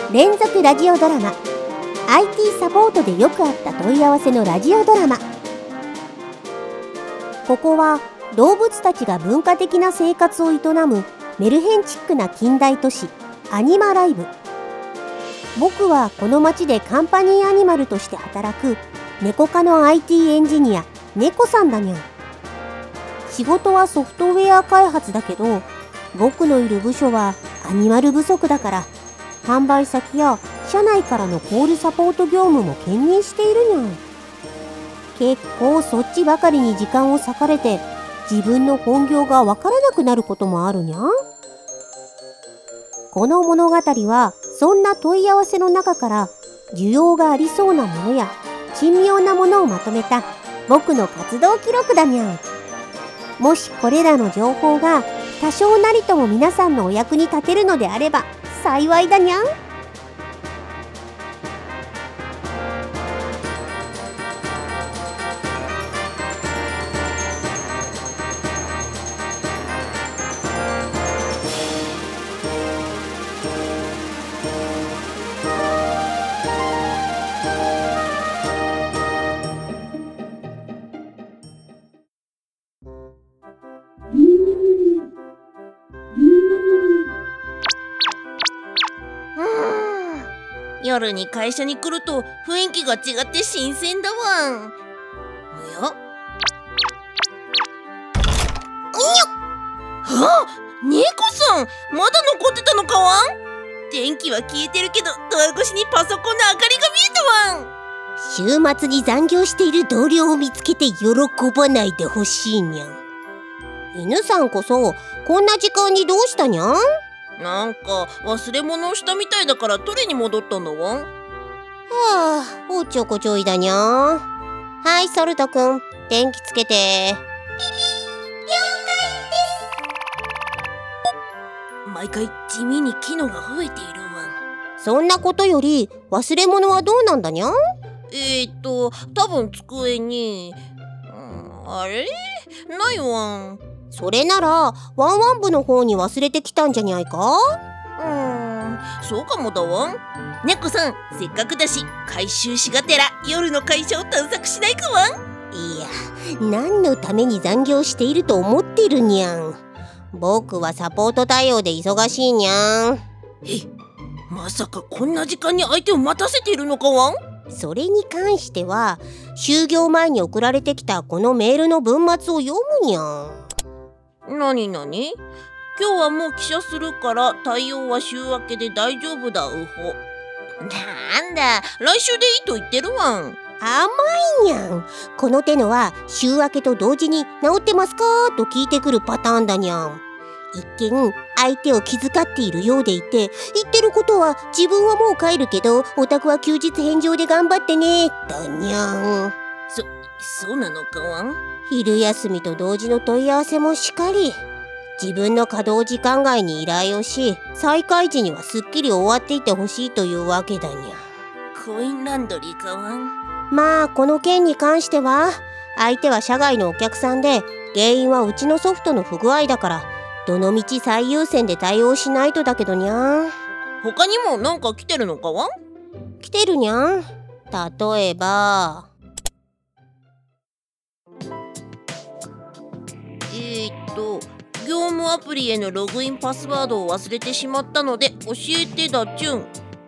連続ラジオドラマ IT サポートでよくあった問い合わせのラジオドラマ。ここは動物たちが文化的な生活を営むメルヘンチックな近代都市アニマライブ。僕はこの町でカンパニーアニマルとして働く猫科の IT エンジニア猫さんだにゃん。仕事はソフトウェア開発だけど、僕のいる部署はアニマル不足だから販売先や社内からのコールサポート業務も兼任しているにゃん。結構そっちばかりに時間を割かれて自分の本業がわからなくなることもあるにゃん。この物語はそんな問い合わせの中から需要がありそうなものや珍妙なものをまとめた僕の活動記録だにゃん。もしこれらの情報が多少なりとも皆さんのお役に立てるのであれば幸いだにゃん。 夜に会社に来ると雰囲気が違って新鮮だわん。おや？あ、猫さんまだ残ってたのかわん。電気は消えてるけどドア越しにパソコンの明かりが見えたわん。 週末に残業している同僚を見つけて喜ばないでほしいにゃん。犬さんこそこんな時間にどうしたにゃん。 なんか忘れ物をしたみたいだから取りに戻ったんだわん。 はあ、おっちょこちょいだにゃん。はい、ソルトくん、電気つけて。了解です。毎回地味に機能が増えているわん。 そんなことより忘れ物はどうなんだにゃん。 多分机に、あれないわん。 それならワンワン部の方に忘れてきたんじゃにゃいか。 そうかもだわん。猫さんせっかくだし回収しがてら夜の会社を探索しないかわん。 いや、何のために残業していると思ってるにゃん。僕はサポート対応で忙しいにゃん。 まさかこんな時間に相手を待たせているのかわん。 それに関しては就業前に送られてきたこのメールの文末を読むにゃん。 なになに？今日はもう帰社するから対応は週明けで大丈夫だウホ。なんだ、来週でいいと言ってるわん。 甘いにゃん。この手のは週明けと同時に治ってますかと聞いてくるパターンだにゃん。一見相手を気遣っているようでいて、言ってることは自分はもう帰るけどお宅は休日返上で頑張ってねだにゃん。 そうなのかわん。 昼休みと同時の問い合わせもしかり、自分の稼働時間外に依頼をし再開時にはすっきり終わっていてほしいというわけだにゃ。 コインランドリーかわん。 まあこの件に関しては相手は社外のお客さんで原因はうちのソフトの不具合だからどのみち最優先で対応しないとだけどにゃ。 他にもなんか来てるのかわん。 来てるにゃん。例えば業務アプリへのログインパスワードを忘れてしまったので教えてだちゅん。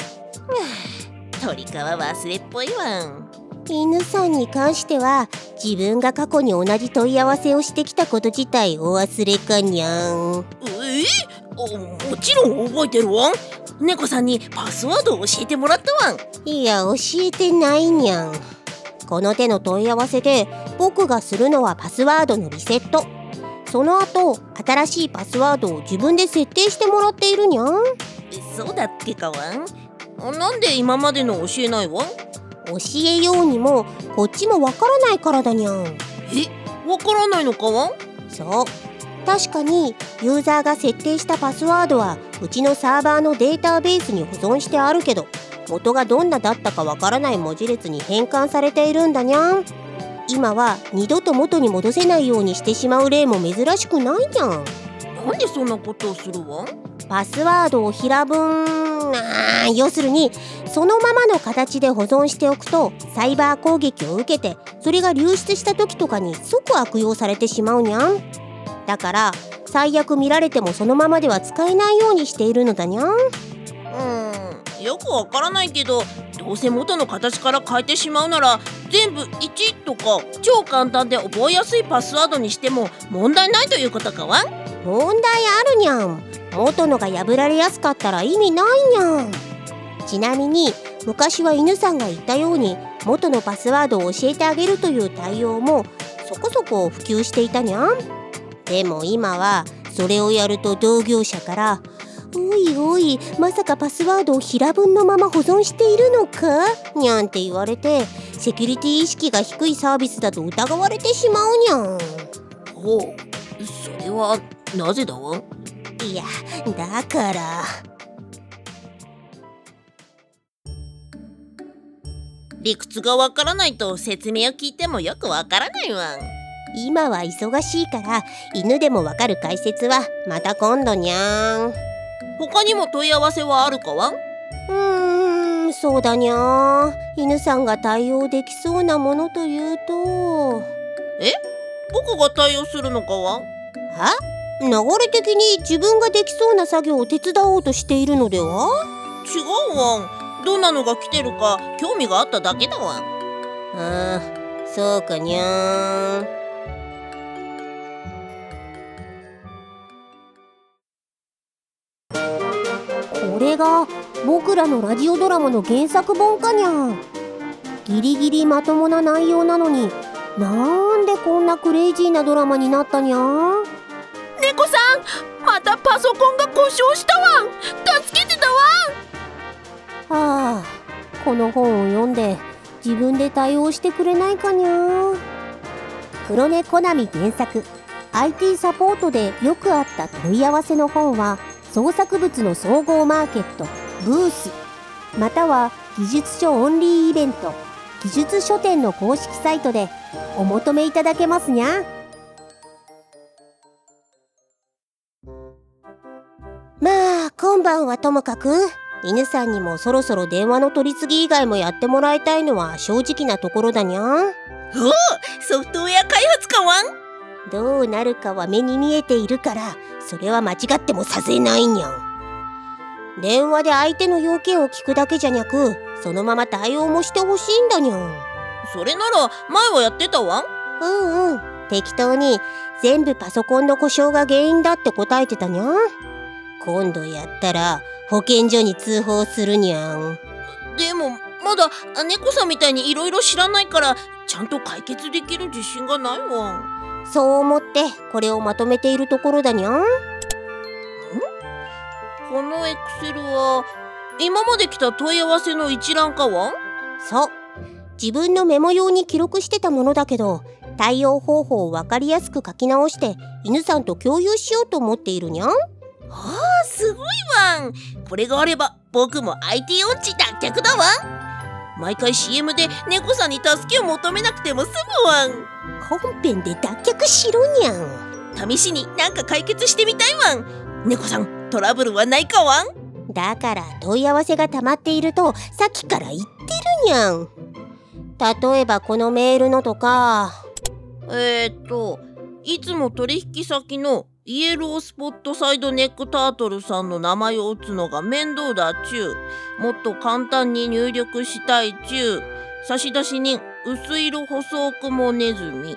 鳥川忘れっぽいわん。 犬さんに関しては自分が過去に同じ問い合わせをしてきたこと自体お忘れかにゃん。 もちろん覚えてるわん。猫さんにパスワードを教えてもらったわん。 いや、教えてないにゃん。この手の問い合わせで僕がするのはパスワードのリセット。その後新しいパスワードを自分で設定してもらっているにゃん。 そうだっけかわん。なんで今までの教えないわん。 教えようにもこっちもわからないからだにゃん。 わからないのかわん。 そう、確かにユーザーが設定したパスワードはうちのサーバーのデータベースに保存してあるけど、元がどんなだったかわからない文字列に変換されているんだにゃん。今は二度と元に戻せないようにしてしまう例も珍しくないにゃん。 なんでそんなことをするわん。 パスワードを平文要するにそのままの形で保存しておくとサイバー攻撃を受けて、それが流出した時とかに即悪用されてしまうにゃん。だから最悪見られてもそのままでは使えないようにしているのだにゃん。 よくわからないけど、どうせ元の形から変えてしまうなら全部1とか超簡単で覚えやすいパスワードにしても問題ないということかわ。 問題あるにゃん。元のが破られやすかったら意味ないにゃん。ちなみに昔は犬さんが言ったように元のパスワードを教えてあげるという対応もそこそこ普及していたにゃん。でも今はそれをやると同業者から「おいおい、まさかパスワードを平文のまま保存しているのか?」にゃんって言われて、セキュリティ意識が低いサービスだと疑われてしまうにゃん。 ほう、それはなぜだわ。 いや、だから理屈がわからないと説明を聞いてもよくわからないわ。 今は忙しいから犬でもわかる解説はまた今度にゃん。 他にも問い合わせはあるかわ。 そうだにゃ。犬さんが対応できそうなものというと。 僕が対応するのかわ。 流れ的に自分ができそうな作業を手伝おうとしているのでは。 違うわ。どんなのが来てるか興味があっただけだわ。 そうかにゃ。これが僕らのラジオドラマの原作本かにゃん。ギリギリまともな内容なのに、なんでこんなクレイジーなドラマになったにゃん。 猫さん、またパソコンが故障したわん。助けてだわん。この本を読んで自分で対応してくれないかにゃ。黒猫コナミ原作、 IT サポートでよくあった問い合わせの本は創作物の総合マーケットブース、または技術書オンリーイベント技術書店の公式サイトでお求めいただけますにゃ。まあ今晩はともかく、犬さんにもそろそろ電話の取り次ぎ以外もやってもらいたいのは正直なところだにゃ。 ソフトウェア開発かわん。 どうなるかは目に見えているから、それは間違ってもさせないにゃん。電話で相手の要件を聞くだけじゃにゃく、そのまま対応もしてほしいんだにゃん。 それなら前はやってたわ。 適当に全部パソコンの故障が原因だって答えてたにゃん。今度やったら保健所に通報するにゃん。 でもまだ猫さんみたいにいろいろ知らないからちゃんと解決できる自信がないわ。 そう思ってこれをまとめているところだにゃん。 このエクセルは今まで来た問い合わせの一覧かわ。 そう、自分のメモ用に記録してたものだけど、対応方法を分かりやすく書き直して犬さんと共有しようと思っているにゃん。 すごいわん。これがあれば僕も IT 音痴脱却だわ。毎回 CM で猫さんに助けを求めなくても済むわん。 本編で脱却しろにゃん。 試しになんか解決してみたいわん。猫さん、トラブルはないかわん。 だから問い合わせが溜まっているとさっきから言ってるにゃん。例えばこのメールのとか、 いつも取引先のイエロースポットサイドネックタートルさんの名前を打つのが面倒だちゅう。もっと簡単に入力したいちゅう。差出人、薄色細雲ネズミ。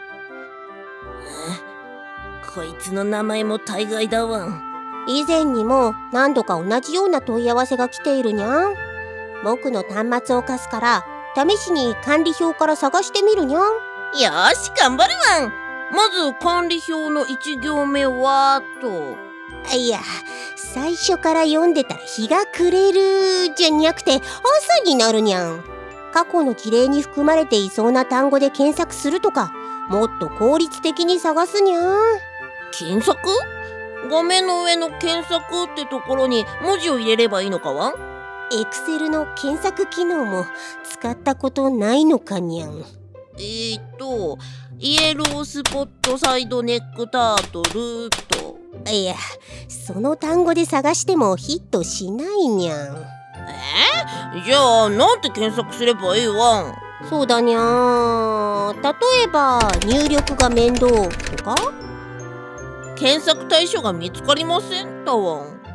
こいつの名前も大概だわん。 以前にも何度か同じような問い合わせが来ているにゃん。僕の端末を貸すから試しに管理表から探してみるにゃん。 よーし、頑張るわん。まず管理表の1行目はと。 いや、最初から読んでたら日が暮れるじゃなくて朝になるにゃん。過去の事例に含まれていそうな単語で検索するとか、もっと効率的に探すにゃん。 検索？画面の上の検索ってところに文字を入れればいいのかわん？ エクセルの検索機能も使ったことないのかにゃん。 イエロースポットサイドネックタートルと。 いや、その単語で探してもヒットしないにゃん。 じゃあなんて検索すればいいワン？ そうだにゃー。例えば入力が面倒とか。 検索対象が見つかりませんだワン。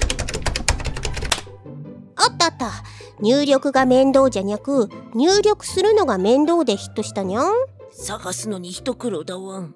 あったあった。入力が面倒じゃにゃく、入力するのが面倒でヒットしたにゃん。 探すのに一苦労だワン。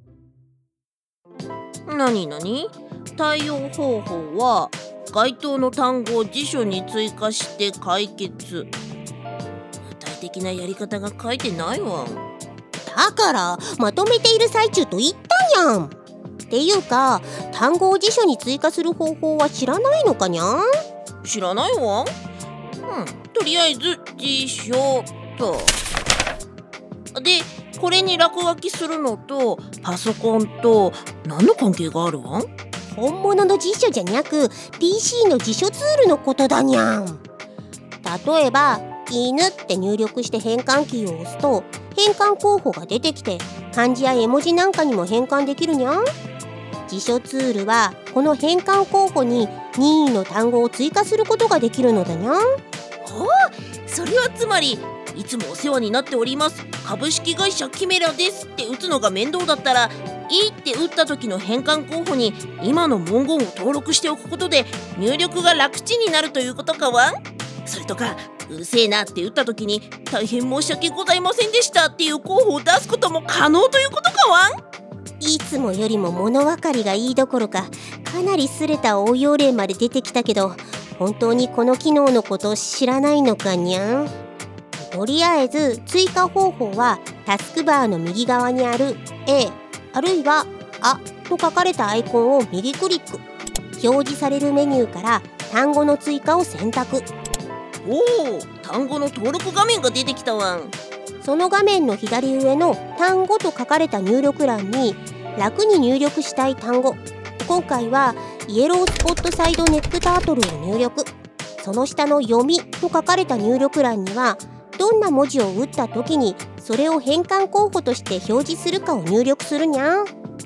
なになに？対応方法は該当の単語を辞書に追加して解決。具体的なやり方が書いてないわん。 だからまとめている最中と言ったやん。っていうか、単語を辞書に追加する方法は知らないのかにゃん？ 知らないわん。とりあえず辞書と。で、これに落書きするのとパソコンと何の関係があるわん？ 本物の辞書じゃにゃく PC の辞書ツールのことだにゃん。例えば犬って入力して変換キーを押すと変換候補が出てきて、漢字や絵文字なんかにも変換できるにゃん。辞書ツールはこの変換候補に任意の単語を追加することができるのだにゃん。 それはつまり、いつもお世話になっております株式会社キメラですって打つのが面倒だったら、いいって打った時の変換候補に今の文言を登録しておくことで入力が楽ちんになるということかわん。それとか、うるせえなって打った時に大変申し訳ございませんでしたっていう候補を出すことも可能ということかわん。 いつもよりも物分かりがいいどころか、かなりすれた応用例まで出てきたけど、本当にこの機能のことを知らないのかにゃん。とりあえず追加方法はタスクバーの右側にある A あるいはあと書かれたアイコンを右クリック。表示されるメニューから単語の追加を選択。 おお、単語の登録画面が出てきたわん。 その画面の左上の単語と書かれた入力欄に楽に入力したい単語、今回はイエロースポットサイドネックタートルを入力。その下の読みと書かれた入力欄にはどんな文字を打った時にそれを変換候補として表示するかを入力するにゃん。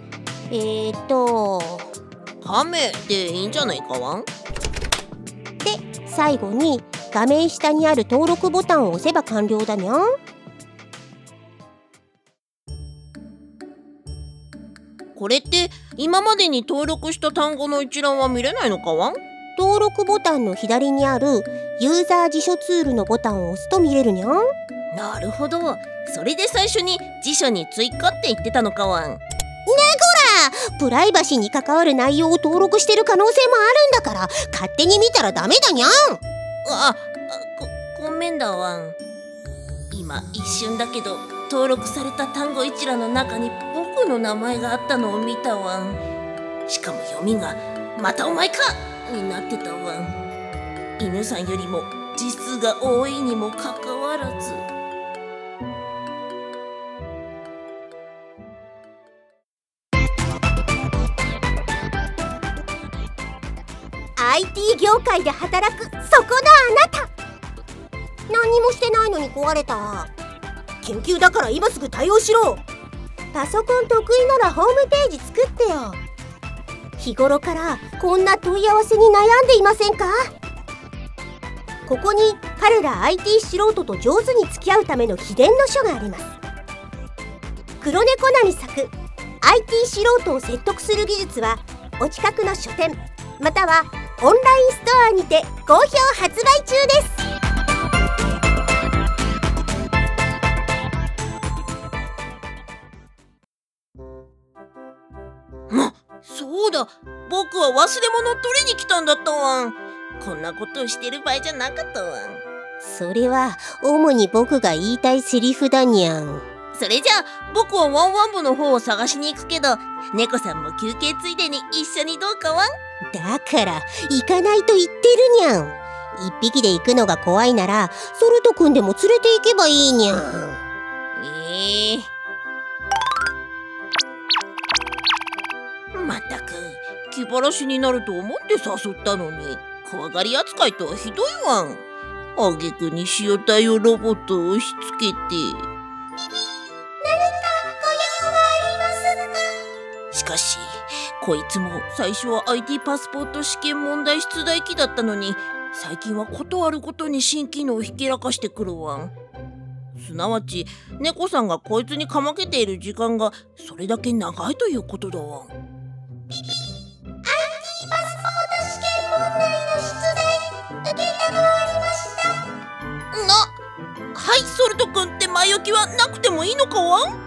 カメでいいんじゃないかわん。 で、最後に画面下にある登録ボタンを押せば完了だにゃん。 これって今までに登録した単語の一覧は見れないのかわん？ 登録ボタンの左にあるユーザー辞書ツールのボタンを押すと見れるにゃん。 なるほど、それで最初に辞書に追加って言ってたのかわん。 プライバシーに関わる内容を登録してる可能性もあるんだから、勝手に見たらダメだにゃん。 ごめんだわん。今一瞬だけど登録された単語一覧の中に僕の名前があったのを見たわん。しかも読みがまたお前かになってたわん。犬さんよりも字数が多いにもかかわらず。 IT 業界で働くそこのあなた、何もしてないのに壊れた。研究だから今すぐ対応しろ。パソコン得意ならホームページ作ってよ。日頃からこんな問い合わせに悩んでいませんか？ここに彼ら IT 素人と上手に付き合うための秘伝の書があります。黒猫なみ作 IT 素人を説得する技術はお近くの書店またはオンラインストアにて好評発売中です。 そうだ、僕は忘れ物を取りに来たんだったわん。こんなことをしてる場合じゃなかったわん。 それは主に僕が言いたいセリフだにゃん。 それじゃあ僕はワンワン部の方を探しに行くけど、猫さんも休憩ついでに一緒にどうかわん。 だから行かないと言ってるにゃん。一匹で行くのが怖いならソルト君でも連れて行けばいいにゃん。 まったく気晴らしになると思って誘ったのに怖がり扱いとはひどいわん。あげくに塩対応ロボットを押し付けて。何かご用はありますか？しかしこいつも最初は IT パスポート試験問題出題機だったのに最近はことあるごとに新機能をひけらかしてくるわん。すなわち猫さんがこいつにかまけている時間がそれだけ長いということだわん。 IT パスポート試験問題の出題受けたまわりました。 はい、ソルト君って前置きはなくてもいいのかわん。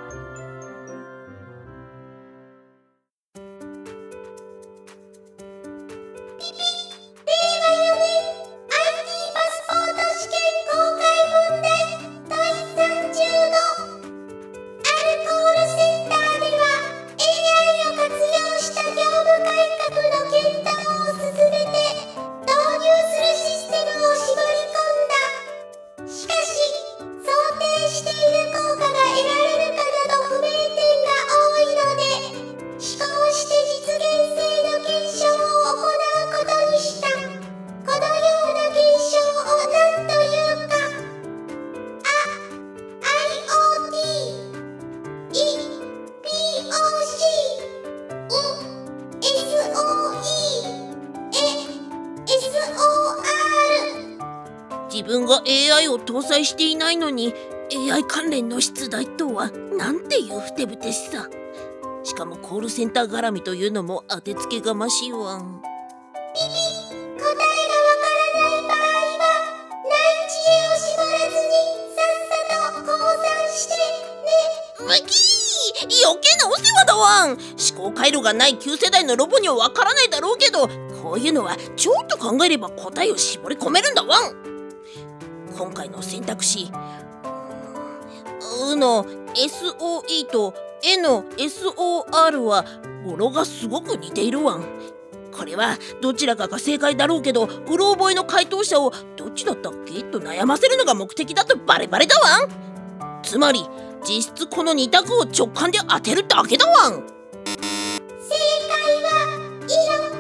自分が AI を搭載していないのに AI 関連の出題とはなんていうふてぶてしさ。しかもコールセンター絡みというのも当てつけがましいわん。 答えがわからない場合は内知恵を絞らずにさっさと降参してね。 ムキー、余計なお世話だわん。思考回路がない旧世代のロボにはわからないだろうけど、こういうのはちょっと考えれば答えを絞り込めるんだわん。今回の選択肢、うの SOE とえの SOR は語呂がすごく似ているわん。これはどちらかが正解だろうけど、うろ覚えの回答者をどっちだったっけと悩ませるのが目的だとバレバレだわん。つまり実質この2択を直感で当てるだけだわん。 正解は色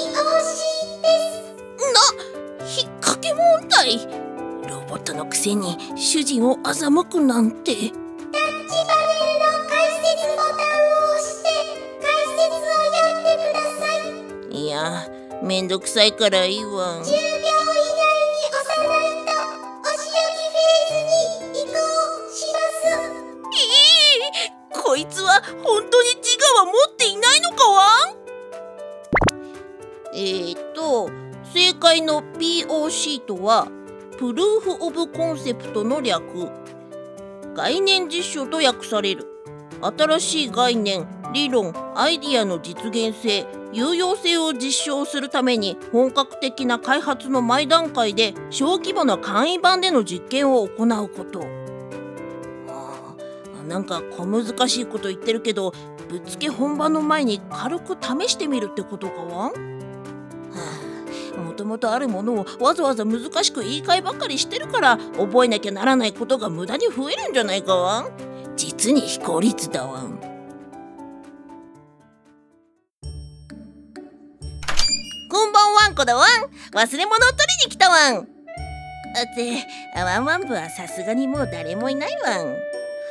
POC です。 引っ掛け問題。ロボットのくせに主人を欺くなんて。 タッチパネルの解説ボタンを押して解説をやってください。 いや、めんどくさいからいいわん。 10秒以内に押さないとお仕置きフェーズに移行します。 こいつは本当に自我は持っていないのかわん。正解の POC とはプルーフ・オブ・コンセプトの略。概念実証と訳される。新しい概念、理論、アイディアの実現性、有用性を実証するために本格的な開発の前段階で小規模な簡易版での実験を行うこと。なんか小難しいこと言ってるけど、ぶっつけ本番の前に軽く試してみるってことかわん。もともとあるものをわざわざ難しく言い換えばかりしてるから覚えなきゃならないことが無駄に増えるんじゃないかわん。実に非効率だわん。こんばんはんこだわん。忘れ物を取りに来たわん。ワンワン部はさすがにもう誰もいないわん。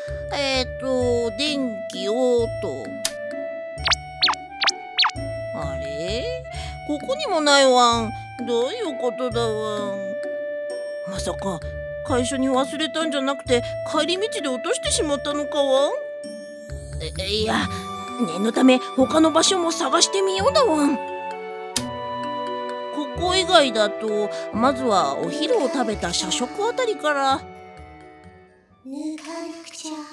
電気をと。あれ？ここにもないわん。どういうことだわん。まさか会社に忘れたんじゃなくて帰り道で落としてしまったのかわん。いや、念のため他の場所も探してみようだわん。ここ以外だとまずはお昼を食べた社食あたりから。 抜かなくちゃ。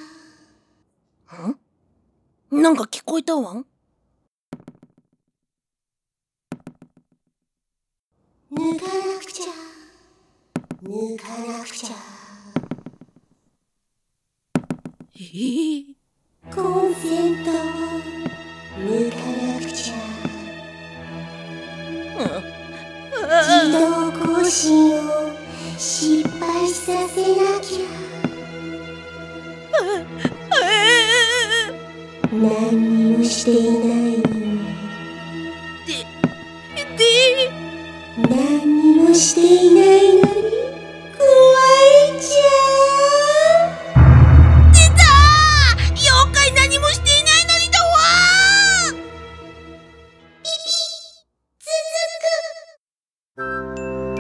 なんか聞こえたわん。 抜かなくちゃ。抜かなくちゃ。コンセントを抜かなくちゃ。自動更新を失敗させなきゃ。何にもしていないのに。何にもしていないのに壊れちゃう。 出たー！妖怪何もしていないのにだわー。 ピピ続く。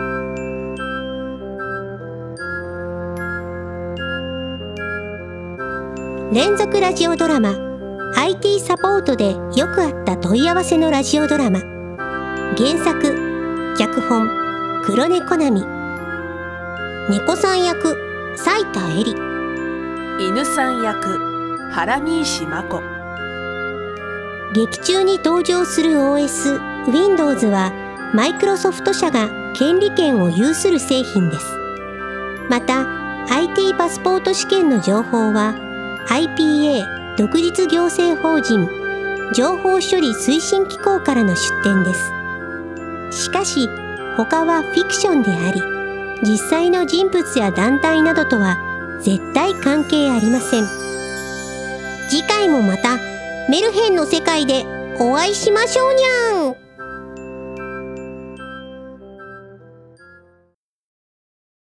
連続ラジオドラマ IT サポートでよくあった問い合わせのラジオドラマ。原作脚本黒猫なみ、猫さん役斉田恵里、 犬さん役原西真子。 劇中に登場する OS Windows はマイクロソフト社が権利権を有する製品です。また IT パスポート試験の情報は IPA 独立行政法人情報処理推進機構からの出展です。しかし他はフィクションであり、実際の人物や団体などとは絶対関係ありません。次回もまたメルヘンの世界でお会いしましょうにゃん。